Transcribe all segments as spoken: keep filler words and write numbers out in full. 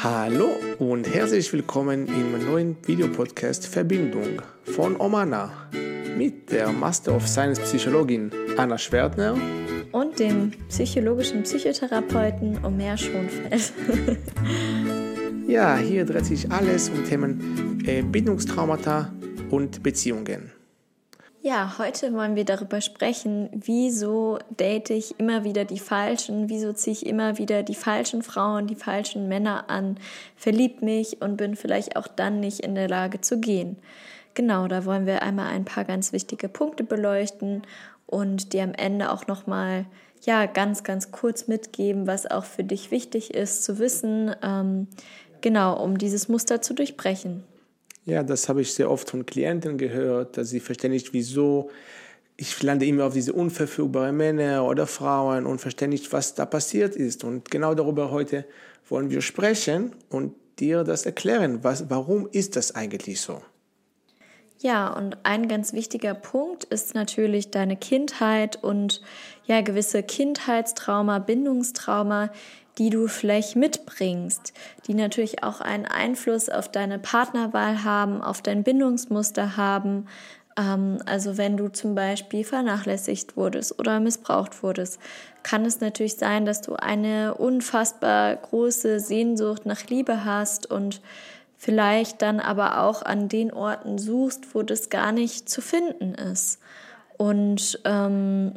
Hallo und herzlich willkommen im neuen Videopodcast Verbindung von Omana mit der Master of Science Psychologin Anna Schwertner und dem psychologischen Psychotherapeuten Omer Schonfeld. Ja, hier dreht sich alles um Themen äh, Bindungstraumata und Beziehungen. Ja, heute wollen wir darüber sprechen, wieso date ich immer wieder die Falschen, wieso ziehe ich immer wieder die falschen Frauen, die falschen Männer an, verlieb mich und bin vielleicht auch dann nicht in der Lage zu gehen. Genau, da wollen wir einmal ein paar ganz wichtige Punkte beleuchten und dir am Ende auch nochmal ja, ganz, ganz kurz mitgeben, was auch für dich wichtig ist zu wissen, ähm, genau, um dieses Muster zu durchbrechen. Ja, das habe ich sehr oft von Klienten gehört, dass sie verstehen nicht, wieso ich lande immer auf diese unverfügbaren Männer oder Frauen und verstehe nicht, was da passiert ist. Und genau darüber heute wollen wir sprechen und dir das erklären. Was, warum ist das eigentlich so? Ja, und ein ganz wichtiger Punkt ist natürlich deine Kindheit und ja, gewisse Kindheitstrauma, Bindungstrauma, die du vielleicht mitbringst, die natürlich auch einen Einfluss auf deine Partnerwahl haben, auf dein Bindungsmuster haben. Ähm, also wenn du zum Beispiel vernachlässigt wurdest oder missbraucht wurdest, kann es natürlich sein, dass du eine unfassbar große Sehnsucht nach Liebe hast und vielleicht dann aber auch an den Orten suchst, wo das gar nicht zu finden ist. Und ähm,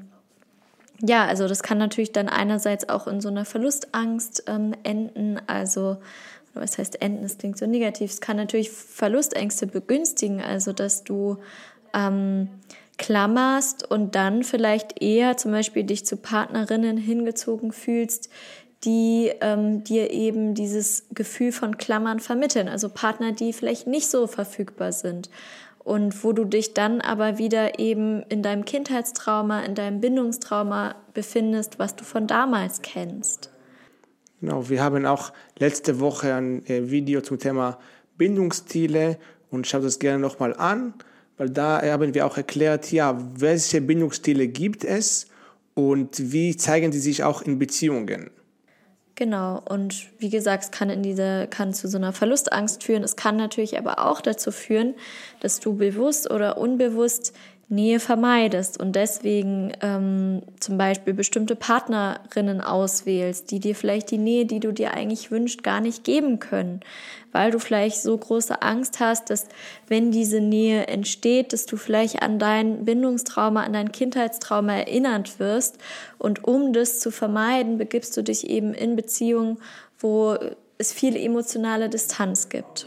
ja, also das kann natürlich dann einerseits auch in so einer Verlustangst ähm, enden, also was heißt enden, das klingt so negativ, es kann natürlich Verlustängste begünstigen, also dass du ähm, klammerst und dann vielleicht eher zum Beispiel dich zu Partnerinnen hingezogen fühlst, die ähm, dir eben dieses Gefühl von Klammern vermitteln, also Partner, die vielleicht nicht so verfügbar sind. Und wo du dich dann aber wieder eben in deinem Kindheitstrauma, in deinem Bindungstrauma befindest, was du von damals kennst. Genau, wir haben auch letzte Woche ein Video zum Thema Bindungsstile und schau das gerne nochmal an, weil da haben wir auch erklärt, ja, welche Bindungsstile gibt es und wie zeigen die sich auch in Beziehungen. Genau, und wie gesagt, es kann in diese, kann zu so einer Verlustangst führen. Es kann natürlich aber auch dazu führen, dass du bewusst oder unbewusst Nähe vermeidest und deswegen ähm, zum Beispiel bestimmte Partnerinnen auswählst, die dir vielleicht die Nähe, die du dir eigentlich wünschst, gar nicht geben können, weil du vielleicht so große Angst hast, dass wenn diese Nähe entsteht, dass du vielleicht an dein Bindungstrauma, an dein Kindheitstrauma erinnert wirst und um das zu vermeiden, begibst du dich eben in Beziehungen, wo es viel emotionale Distanz gibt.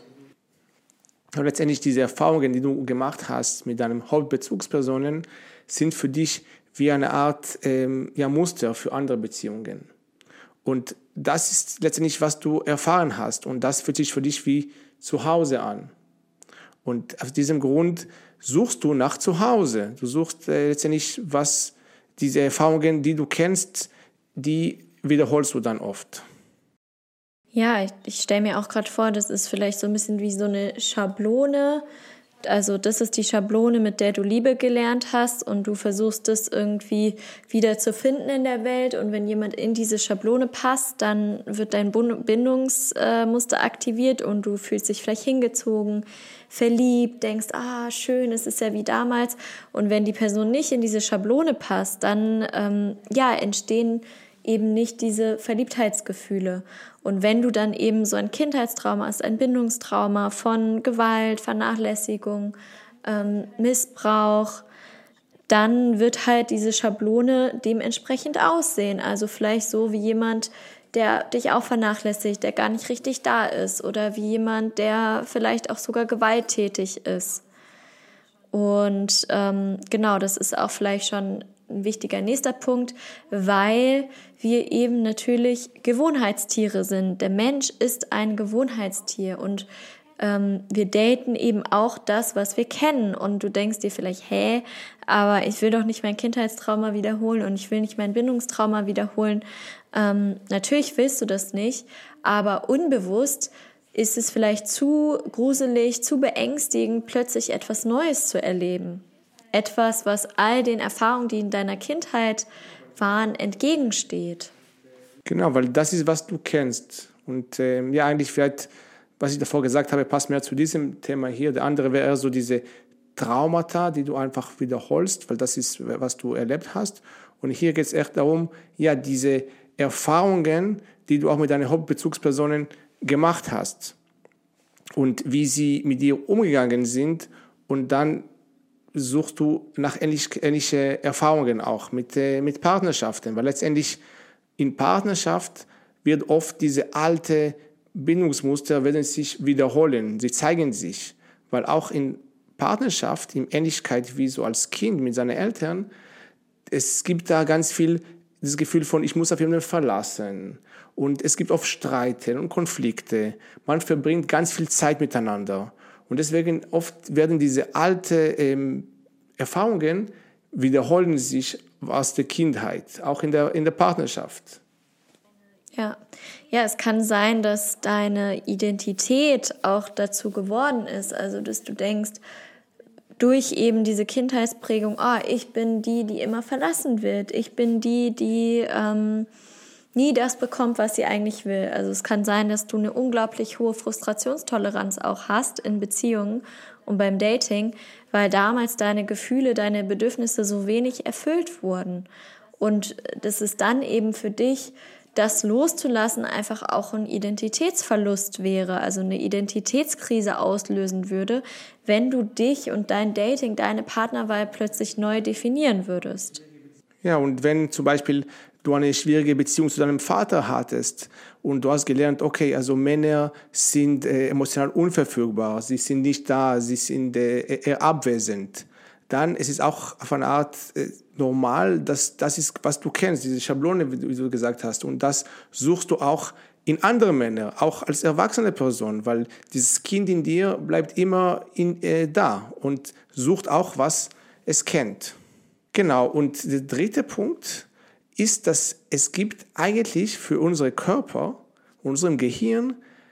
Und letztendlich diese Erfahrungen, die du gemacht hast mit deinen Hauptbezugspersonen, sind für dich wie eine Art ähm, ja, Muster für andere Beziehungen. Und das ist letztendlich, was du erfahren hast. Und das fühlt sich für dich wie zu Hause an. Und aus diesem Grund suchst du nach zu Hause. Du suchst äh, letztendlich, was diese Erfahrungen, die du kennst, die wiederholst du dann oft. Ja, ich, ich stelle mir auch gerade vor, das ist vielleicht so ein bisschen wie so eine Schablone. Also das ist die Schablone, mit der du Liebe gelernt hast und du versuchst das irgendwie wieder zu finden in der Welt. Und wenn jemand in diese Schablone passt, dann wird dein Bindungsmuster aktiviert und du fühlst dich vielleicht hingezogen, verliebt, denkst, ah, schön, es ist ja wie damals. Und wenn die Person nicht in diese Schablone passt, dann ähm, ja, entstehen eben nicht diese Verliebtheitsgefühle. Und wenn du dann eben so ein Kindheitstrauma hast, ein Bindungstrauma von Gewalt, Vernachlässigung, ähm, Missbrauch, dann wird halt diese Schablone dementsprechend aussehen. Also vielleicht so wie jemand, der dich auch vernachlässigt, der gar nicht richtig da ist oder wie jemand, der vielleicht auch sogar gewalttätig ist. Und ähm, genau, das ist auch vielleicht schon ein wichtiger nächster Punkt, weil wir eben natürlich Gewohnheitstiere sind. Der Mensch ist ein Gewohnheitstier und ähm, wir daten eben auch das, was wir kennen. Und du denkst dir vielleicht, hä, aber ich will doch nicht mein Kindheitstrauma wiederholen und ich will nicht mein Bindungstrauma wiederholen. Ähm, natürlich willst du das nicht, aber unbewusst ist es vielleicht zu gruselig, zu beängstigend, plötzlich etwas Neues zu erleben. Etwas, was all den Erfahrungen, die in deiner Kindheit waren, entgegensteht. Genau, weil das ist, was du kennst. Und ähm, ja, eigentlich vielleicht, was ich davor gesagt habe, passt mehr zu diesem Thema hier. Der andere wäre eher so diese Traumata, die du einfach wiederholst, weil das ist, was du erlebt hast. Und hier geht es echt darum, ja, diese Erfahrungen, die du auch mit deinen Hauptbezugspersonen gemacht hast und wie sie mit dir umgegangen sind, und dann suchst du nach ähnlich, ähnliche Erfahrungen auch mit, äh, mit Partnerschaften, weil letztendlich in Partnerschaft wird oft diese alte Bindungsmuster werden sich wiederholen, sie zeigen sich, weil auch in Partnerschaft, in Ähnlichkeit wie so als Kind mit seinen Eltern, es gibt da ganz viel das Gefühl von, ich muss auf jemanden verlassen, und es gibt oft Streiten und Konflikte, man verbringt ganz viel Zeit miteinander, und deswegen oft werden diese alten ähm, Erfahrungen wiederholen sich aus der Kindheit, auch in der, in der Partnerschaft. Ja. ja, es kann sein, dass deine Identität auch dazu geworden ist, also dass du denkst, durch eben diese Kindheitsprägung, ah, ich bin die, die immer verlassen wird, ich bin die, die ähm, nie das bekommt, was sie eigentlich will. Also es kann sein, dass du eine unglaublich hohe Frustrationstoleranz auch hast in Beziehungen und beim Dating, weil damals deine Gefühle, deine Bedürfnisse so wenig erfüllt wurden. Und das ist dann eben für dich, das loszulassen, einfach auch ein Identitätsverlust wäre, also eine Identitätskrise auslösen würde, wenn du dich und dein Dating, deine Partnerwahl plötzlich neu definieren würdest. Ja, und wenn zum Beispiel du eine schwierige Beziehung zu deinem Vater hattest und du hast gelernt, okay, also Männer sind äh, emotional unverfügbar, sie sind nicht da, sie sind äh, eher abwesend, dann ist es auch auf eine Art äh, normal, dass das ist, was du kennst, diese Schablone, wie du gesagt hast. Und das suchst du auch in anderen Männern, auch als erwachsene Person, weil dieses Kind in dir bleibt immer in, äh, da und sucht auch, was es kennt. Genau, und der dritte Punkt ist, dass es gibt eigentlich für unsere Körper, unserem Gehirn,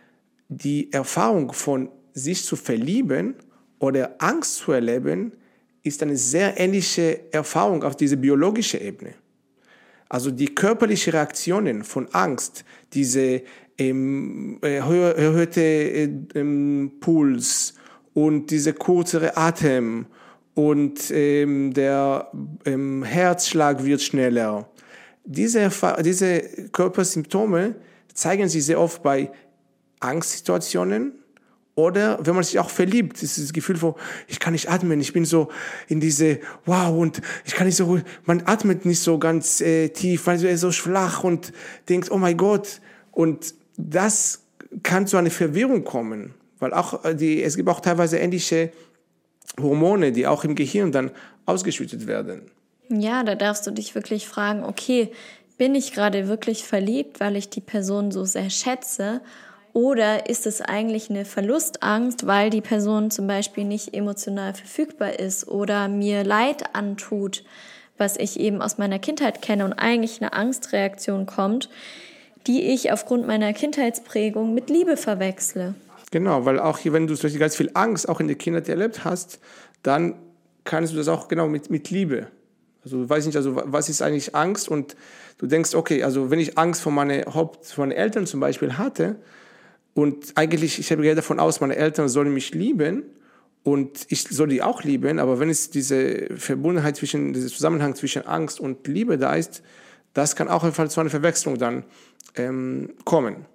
die Erfahrung von sich zu verlieben oder Angst zu erleben, ist eine sehr ähnliche Erfahrung auf diese biologische Ebene. Also die körperlichen Reaktionen von Angst, diese ähm, erhöhte ähm, Puls und dieser kürzere Atem und ähm, der ähm, Herzschlag wird schneller. Diese, diese Körpersymptome zeigen sich sehr oft bei Angstsituationen, oder wenn man sich auch verliebt, ist das Gefühl von, ich kann nicht atmen, ich bin so in diese, wow, und ich kann nicht so, man atmet nicht so ganz äh, tief, man ist so flach und denkt, oh mein Gott. Und das kann zu einer Verwirrung kommen, weil auch die, es gibt auch teilweise ähnliche Hormone, die auch im Gehirn dann ausgeschüttet werden. Ja, da darfst du dich wirklich fragen, okay, bin ich gerade wirklich verliebt, weil ich die Person so sehr schätze? Oder ist es eigentlich eine Verlustangst, weil die Person zum Beispiel nicht emotional verfügbar ist oder mir Leid antut, was ich eben aus meiner Kindheit kenne und eigentlich eine Angstreaktion kommt, die ich aufgrund meiner Kindheitsprägung mit Liebe verwechsle. Genau, weil auch hier, wenn du ganz viel Angst auch in der Kindheit erlebt hast, dann kannst du das auch genau mit, mit Liebe. Also du weißt nicht, also was ist eigentlich Angst, und du denkst, okay, also wenn ich Angst vor meinen Haupt, vor meinen Eltern zum Beispiel hatte, und eigentlich, ich gehe davon aus, meine Eltern sollen mich lieben und ich soll die auch lieben, aber wenn es diese Verbundenheit zwischen, dieser Zusammenhang zwischen Angst und Liebe da ist, das kann auch einfach zu einer Verwechslung dann ähm, kommen.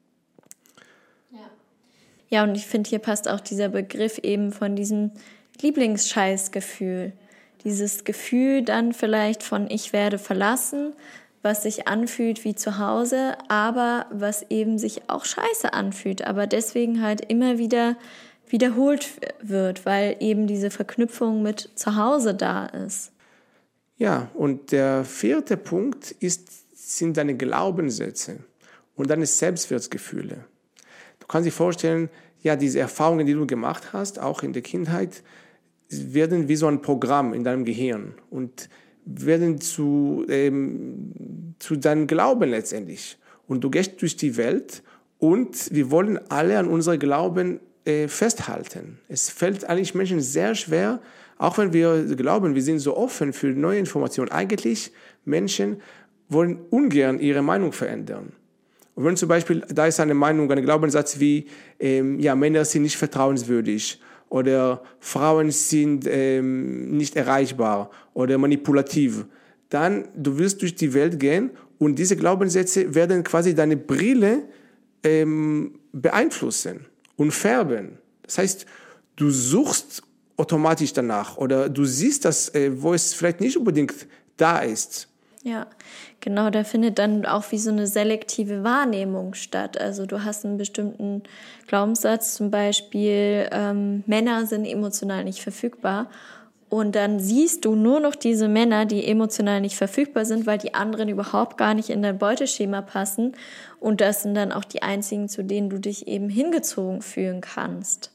Ja. ja, und ich finde, hier passt auch dieser Begriff eben von diesem Lieblingsscheißgefühl. Dieses Gefühl dann vielleicht von, ich werde verlassen, was sich anfühlt wie zu Hause, aber was eben sich auch scheiße anfühlt, aber deswegen halt immer wieder wiederholt wird, weil eben diese Verknüpfung mit zu Hause da ist. Ja, und der vierte Punkt ist, sind deine Glaubenssätze und deine Selbstwertgefühle. Du kannst dir vorstellen, ja, diese Erfahrungen, die du gemacht hast, auch in der Kindheit, werden wie so ein Programm in deinem Gehirn und werden zu, ähm, zu deinem Glauben letztendlich. Und du gehst durch die Welt und wir wollen alle an unserem Glauben äh, festhalten. Es fällt eigentlich Menschen sehr schwer, auch wenn wir glauben, wir sind so offen für neue Informationen. Eigentlich, Menschen wollen ungern ihre Meinung verändern. Und wenn zum Beispiel, da ist eine Meinung, ein Glaubenssatz wie, ähm, ja, Männer sind nicht vertrauenswürdig oder Frauen sind ähm, nicht erreichbar oder manipulativ, dann du wirst durch die Welt gehen und diese Glaubenssätze werden quasi deine Brille ähm, beeinflussen und färben. Das heißt, du suchst automatisch danach oder du siehst das, äh, wo es vielleicht nicht unbedingt da ist. Ja, genau, da findet dann auch wie so eine selektive Wahrnehmung statt. Also du hast einen bestimmten Glaubenssatz, zum Beispiel ähm, Männer sind emotional nicht verfügbar. Und dann siehst du nur noch diese Männer, die emotional nicht verfügbar sind, weil die anderen überhaupt gar nicht in dein Beuteschema passen. Und das sind dann auch die einzigen, zu denen du dich eben hingezogen fühlen kannst.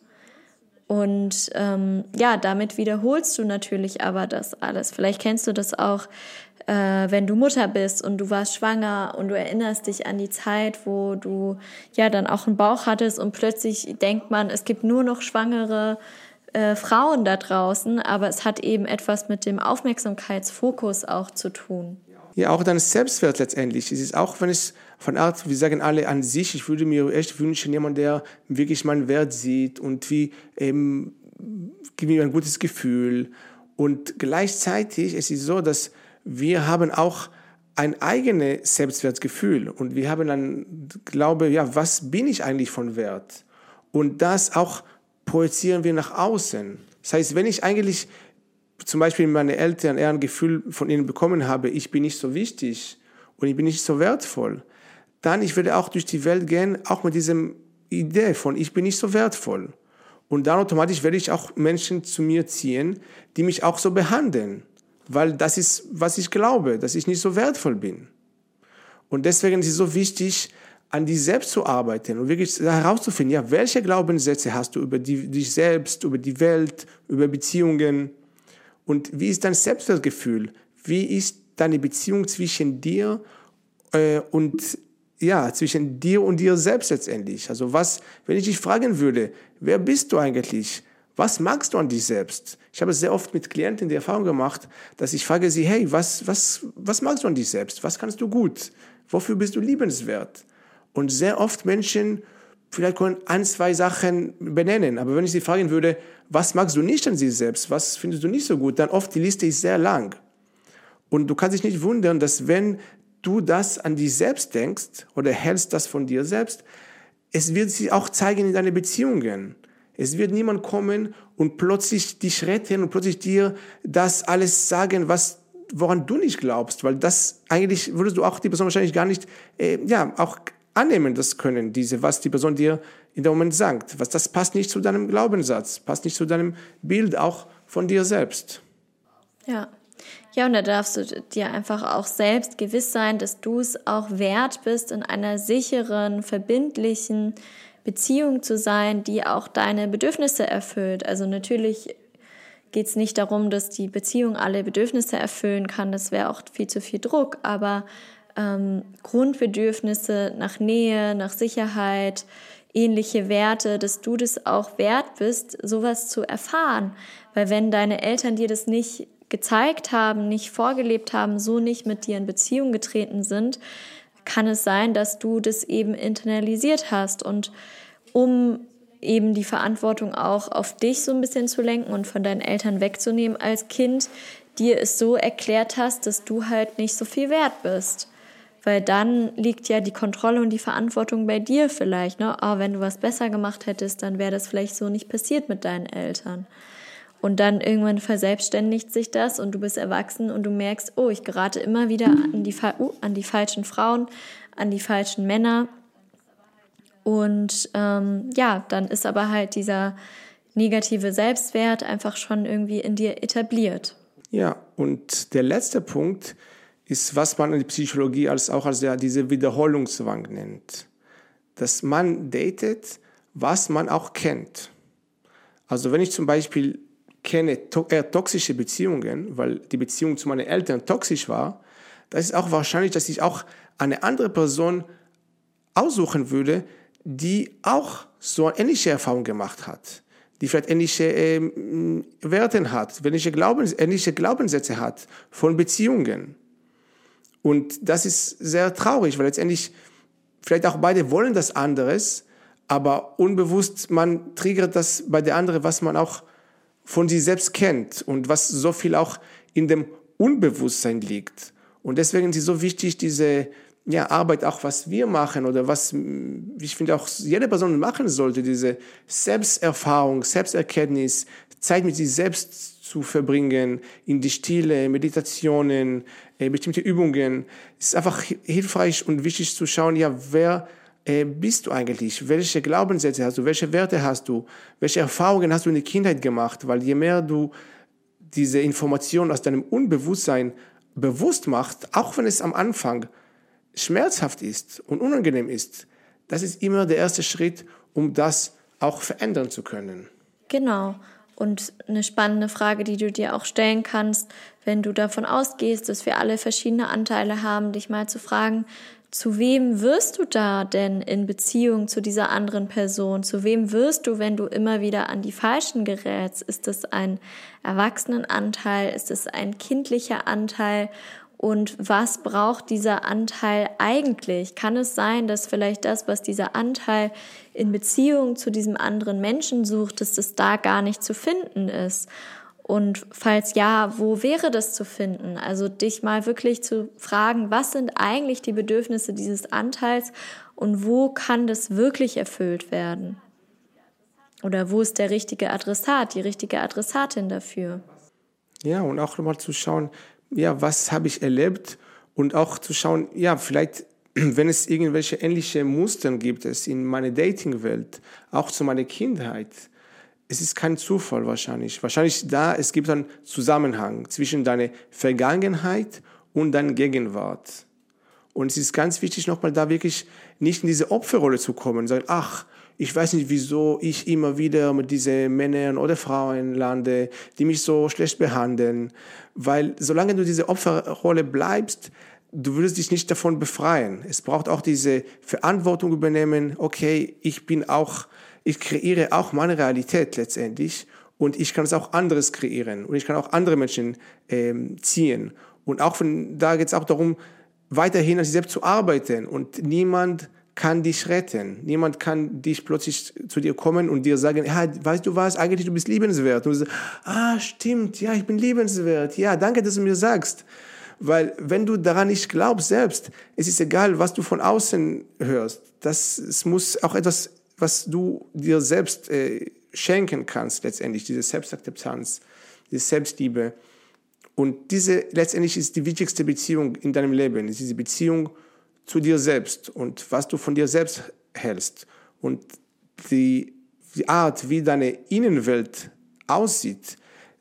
Und ähm, ja, damit wiederholst du natürlich aber das alles. Vielleicht kennst du das auch, äh, wenn du Mutter bist und du warst schwanger und du erinnerst dich an die Zeit, wo du ja dann auch einen Bauch hattest und plötzlich denkt man, es gibt nur noch schwangere äh, Frauen da draußen, aber es hat eben etwas mit dem Aufmerksamkeitsfokus auch zu tun. Ja, auch dein Selbstwert letztendlich. Es ist auch, wenn es von Art, wir sagen alle an sich, ich würde mir echt wünschen, jemand, der wirklich meinen Wert sieht und wie ähm, gibt mir ein gutes Gefühl. Und gleichzeitig es ist so, dass wir haben auch ein eigenes Selbstwertgefühl und wir haben dann, glaube ja, was bin ich eigentlich von Wert? Und das auch projizieren wir nach außen. Das heißt, wenn ich eigentlich zum Beispiel meine Eltern eher ein Gefühl von ihnen bekommen habe, ich bin nicht so wichtig und ich bin nicht so wertvoll, dann ich werde auch durch die Welt gehen, auch mit diesem Idee von ich bin nicht so wertvoll. Und dann automatisch werde ich auch Menschen zu mir ziehen, die mich auch so behandeln, weil das ist, was ich glaube, dass ich nicht so wertvoll bin. Und deswegen ist es so wichtig, an dich selbst zu arbeiten und wirklich herauszufinden, ja, welche Glaubenssätze hast du über die, dich selbst, über die Welt, über Beziehungen. Und wie ist dein Selbstwertgefühl? Wie ist deine Beziehung zwischen dir äh, und ja, zwischen dir und dir selbst letztendlich? Also was, wenn ich dich fragen würde, wer bist du eigentlich? Was magst du an dich selbst? Ich habe sehr oft mit Klienten die Erfahrung gemacht, dass ich frage sie, hey, was, was, was magst du an dich selbst? Was kannst du gut? Wofür bist du liebenswert? Und sehr oft Menschen vielleicht können ein, zwei Sachen benennen. Aber wenn ich sie fragen würde, was magst du nicht an sich selbst? Was findest du nicht so gut? Dann oft die Liste ist sehr lang. Und du kannst dich nicht wundern, dass wenn du das an dich selbst denkst oder hältst das von dir selbst, es wird sich auch zeigen in deinen Beziehungen. Es wird niemand kommen und plötzlich dich retten und plötzlich dir das alles sagen, was, woran du nicht glaubst. Weil das eigentlich würdest du auch die Person wahrscheinlich gar nicht, äh, ja, auch annehmen das können, diese, was die Person dir in dem Moment sagt. Was, das passt nicht zu deinem Glaubenssatz, passt nicht zu deinem Bild auch von dir selbst. Ja. Ja, und da darfst du dir einfach auch selbst gewiss sein, dass du es auch wert bist, in einer sicheren, verbindlichen Beziehung zu sein, die auch deine Bedürfnisse erfüllt. Also natürlich geht es nicht darum, dass die Beziehung alle Bedürfnisse erfüllen kann. Das wäre auch viel zu viel Druck. Aber ähm, Grundbedürfnisse nach Nähe, nach Sicherheit, ähnliche Werte, dass du das auch wert bist, sowas zu erfahren. Weil wenn deine Eltern dir das nicht gezeigt haben, nicht vorgelebt haben, so nicht mit dir in Beziehung getreten sind, kann es sein, dass du das eben internalisiert hast. Und um eben die Verantwortung auch auf dich so ein bisschen zu lenken und von deinen Eltern wegzunehmen als Kind, dir es so erklärt hast, dass du halt nicht so viel wert bist. Weil dann liegt ja die Kontrolle und die Verantwortung bei dir vielleicht. Ne? Oh, wenn du was besser gemacht hättest, dann wäre das vielleicht so nicht passiert mit deinen Eltern. Und dann irgendwann verselbstständigt sich das und du bist erwachsen und du merkst, oh, ich gerate immer wieder an die, uh, an die falschen Frauen, an die falschen Männer. Und ähm, ja, dann ist aber halt dieser negative Selbstwert einfach schon irgendwie in dir etabliert. Ja, und der letzte Punkt ist, was man in der Psychologie als auch als ja, diese Wiederholungszwang nennt. Dass man datet, was man auch kennt. Also wenn ich zum Beispiel kenne to- eher toxische Beziehungen, weil die Beziehung zu meinen Eltern toxisch war, das ist auch wahrscheinlich, dass ich auch eine andere Person aussuchen würde, die auch so eine ähnliche Erfahrung gemacht hat, die vielleicht ähnliche äh, Werte hat, ähnliche, Glaubens, ähnliche Glaubenssätze hat von Beziehungen. Und das ist sehr traurig, weil letztendlich vielleicht auch beide wollen das anderes, aber unbewusst, man triggert das bei der anderen, was man auch von sich selbst kennt und was so viel auch in dem Unbewusstsein liegt. Und deswegen ist es so wichtig, diese ja, Arbeit, auch was wir machen oder was, ich finde, auch jede Person machen sollte, diese Selbsterfahrung, Selbsterkenntnis, Zeit mit sich selbst zu verbringen, in die Stille, Meditationen, äh, bestimmte Übungen. Es ist einfach hilfreich und wichtig zu schauen, ja, wer äh, bist du eigentlich? Welche Glaubenssätze hast du? Welche Werte hast du? Welche Erfahrungen hast du in der Kindheit gemacht? Weil je mehr du diese Informationen aus deinem Unbewusstsein bewusst machst, auch wenn es am Anfang schmerzhaft ist und unangenehm ist, das ist immer der erste Schritt, um das auch verändern zu können. Genau. Und eine spannende Frage, die du dir auch stellen kannst, wenn du davon ausgehst, dass wir alle verschiedene Anteile haben, dich mal zu fragen, zu wem wirst du da denn in Beziehung zu dieser anderen Person? Zu wem wirst du, wenn du immer wieder an die Falschen gerätst? Ist es ein Erwachsenenanteil? Ist es ein kindlicher Anteil? Und was braucht dieser Anteil eigentlich? Kann es sein, dass vielleicht das, was dieser Anteil in Beziehung zu diesem anderen Menschen sucht, dass das da gar nicht zu finden ist? Und falls ja, wo wäre das zu finden? Also dich mal wirklich zu fragen, was sind eigentlich die Bedürfnisse dieses Anteils und wo kann das wirklich erfüllt werden? Oder wo ist der richtige Adressat, die richtige Adressatin dafür? Ja, und auch nochmal zu schauen, ja, was habe ich erlebt und auch zu schauen, ja, vielleicht, wenn es irgendwelche ähnliche Muster gibt es in meiner Dating-Welt, auch zu meiner Kindheit. Es ist kein Zufall wahrscheinlich. Wahrscheinlich da, es gibt einen Zusammenhang zwischen deiner Vergangenheit und deiner Gegenwart. Und es ist ganz wichtig, nochmal da wirklich nicht in diese Opferrolle zu kommen und sagen, ach, ich weiß nicht, wieso ich immer wieder mit diesen Männern oder Frauen lande, die mich so schlecht behandeln. Weil solange du diese Opferrolle bleibst, du würdest dich nicht davon befreien. Es braucht auch diese Verantwortung übernehmen. Okay, ich bin auch, ich kreiere auch meine Realität letztendlich und ich kann es auch anderes kreieren und ich kann auch andere Menschen ähm, ziehen. Und auch von da geht es auch darum, weiterhin an sich selbst zu arbeiten und niemand kann dich retten. Niemand kann dich plötzlich zu dir kommen und dir sagen, ja, weißt du was, eigentlich du bist liebenswert. Und du sagst, ah, stimmt, ja, ich bin liebenswert. Ja, danke, dass du mir sagst. Weil wenn du daran nicht glaubst selbst, es ist egal, was du von außen hörst. Das, es muss auch etwas, was du dir selbst äh, schenken kannst letztendlich, diese Selbstakzeptanz, diese Selbstliebe. Und diese letztendlich ist die wichtigste Beziehung in deinem Leben, ist diese Beziehung zu dir selbst und was du von dir selbst hältst. Und die, die Art, wie deine Innenwelt aussieht,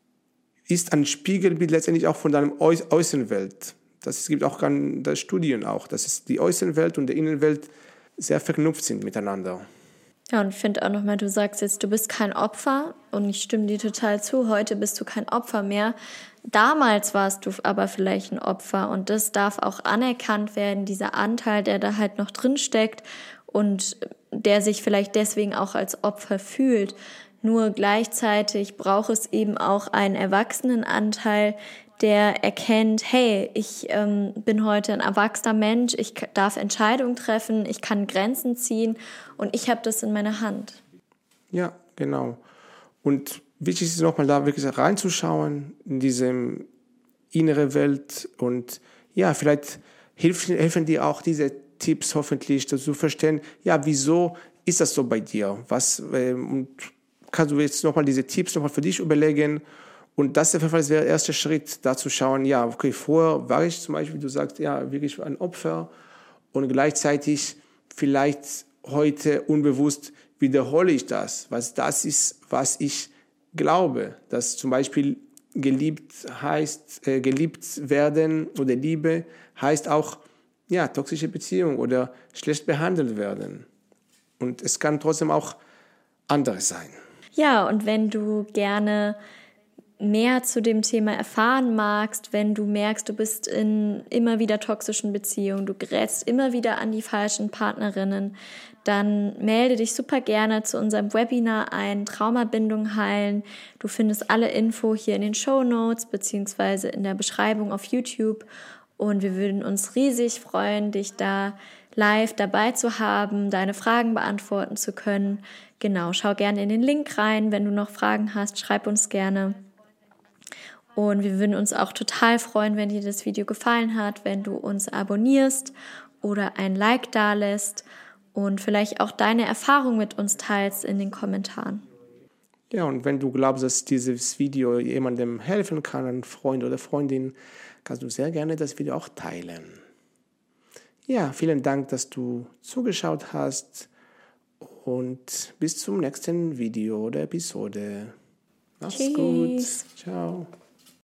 ist ein Spiegelbild letztendlich auch von deiner Außenwelt. Das, es gibt auch da Studien auch, dass es die Außenwelt und die Innenwelt sehr verknüpft sind miteinander. Ja, und ich finde auch nochmal, du sagst jetzt, du bist kein Opfer und ich stimme dir total zu, heute bist du kein Opfer mehr. Damals warst du aber vielleicht ein Opfer und das darf auch anerkannt werden, dieser Anteil, der da halt noch drin steckt und der sich vielleicht deswegen auch als Opfer fühlt. Nur gleichzeitig braucht es eben auch einen Erwachsenenanteil, der erkennt, hey, ich ähm, bin heute ein erwachsener Mensch, ich darf Entscheidungen treffen, ich kann Grenzen ziehen und ich habe das in meiner Hand. Ja, genau. Und wichtig ist nochmal da wirklich reinzuschauen in diese innere Welt und ja, vielleicht helfen, helfen dir auch diese Tipps hoffentlich, dass du verstehen, ja, wieso ist das so bei dir? Was, ähm, und kannst du jetzt nochmal diese Tipps nochmal für dich überlegen. Und das auf jeden Fall wäre der erste Schritt, da zu schauen, ja, okay, vorher war ich zum Beispiel, wie du sagst, ja, wirklich ein Opfer und gleichzeitig vielleicht heute unbewusst wiederhole ich das, was das ist, was ich glaube, dass zum Beispiel geliebt heißt, äh, geliebt werden oder Liebe heißt auch, ja, toxische Beziehung oder schlecht behandelt werden. Und es kann trotzdem auch anderes sein. Ja, und wenn du gerne mehr zu dem Thema erfahren magst, wenn du merkst, du bist in immer wieder toxischen Beziehungen, du gerätst immer wieder an die falschen Partnerinnen, dann melde dich super gerne zu unserem Webinar ein, Traumabindung heilen. Du findest alle Info hier in den Shownotes beziehungsweise in der Beschreibung auf YouTube und wir würden uns riesig freuen, dich da live dabei zu haben, deine Fragen beantworten zu können. Genau, schau gerne in den Link rein. Wenn du noch Fragen hast, schreib uns gerne. Und wir würden uns auch total freuen, wenn dir das Video gefallen hat, wenn du uns abonnierst oder ein Like dalässt und vielleicht auch deine Erfahrung mit uns teilst in den Kommentaren. Ja, und wenn du glaubst, dass dieses Video jemandem helfen kann, einem Freund oder Freundin, kannst du sehr gerne das Video auch teilen. Ja, vielen Dank, dass du zugeschaut hast und bis zum nächsten Video oder Episode. Mach's Tschüss. gut. Ciao.